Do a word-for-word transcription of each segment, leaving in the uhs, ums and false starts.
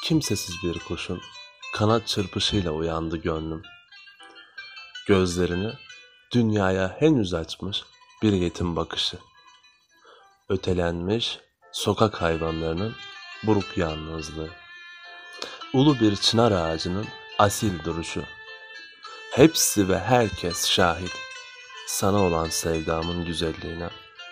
Kimsesiz bir kuşun kanat çırpışıyla uyandı gönlüm. Gözlerini dünyaya henüz açmış bir yetim bakışı. Ötelenmiş sokak hayvanlarının buruk yalnızlığı. Ulu bir çınar ağacının asil duruşu. Hepsi ve herkes şahit sana olan sevdamın güzelliğine.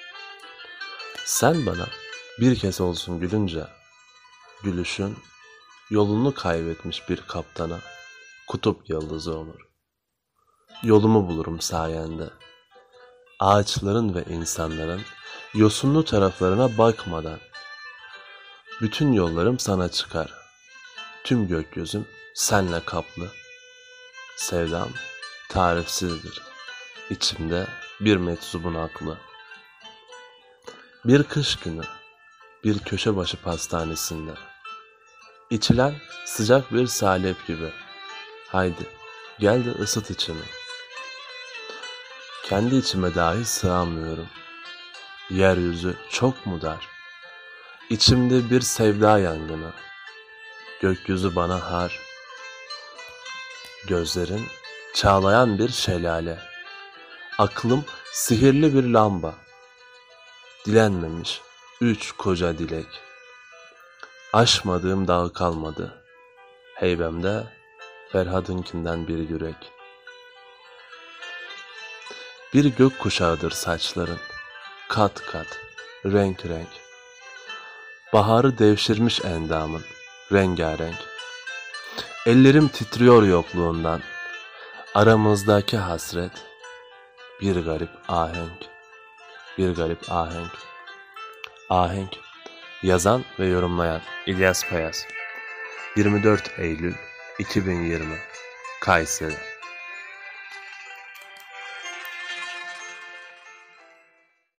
Sen bana bir kez olsun gülünce, gülüşün yolunu kaybetmiş bir kaptana kutup yıldızı olur. Yolumu bulurum sayende. Ağaçların ve insanların yosunlu taraflarına bakmadan bütün yollarım sana çıkar. Tüm gökyüzüm senle kaplı. Sevdam tarifsizdir. İçimde bir meczubun aklı. Bir kış günü, bir köşe başı pastanesinde, İçilen sıcak bir salep gibi. Haydi gel de ısıt içimi. Kendi içime dahi sığamıyorum. Yeryüzü çok mu dar? İçimde bir sevda yangını. Gökyüzü bana har. Gözlerin çağlayan bir şelale. Aklım sihirli bir lamba. Dilenmemiş üç koca dilek. Aşmadığım dağ kalmadı. Heybemde Ferhad'ınkinden bir yürek. Bir gök kuşağıdır saçların. Kat kat, renk renk. Baharı devşirmiş endamın. Rengarenk. Ellerim titriyor yokluğundan. Aramızdaki hasret. Bir garip ahenk. Bir garip ahenk. Ahenk. Yazan ve yorumlayan İlyas Payas. yirmi dört Eylül iki bin yirmi Kayseri.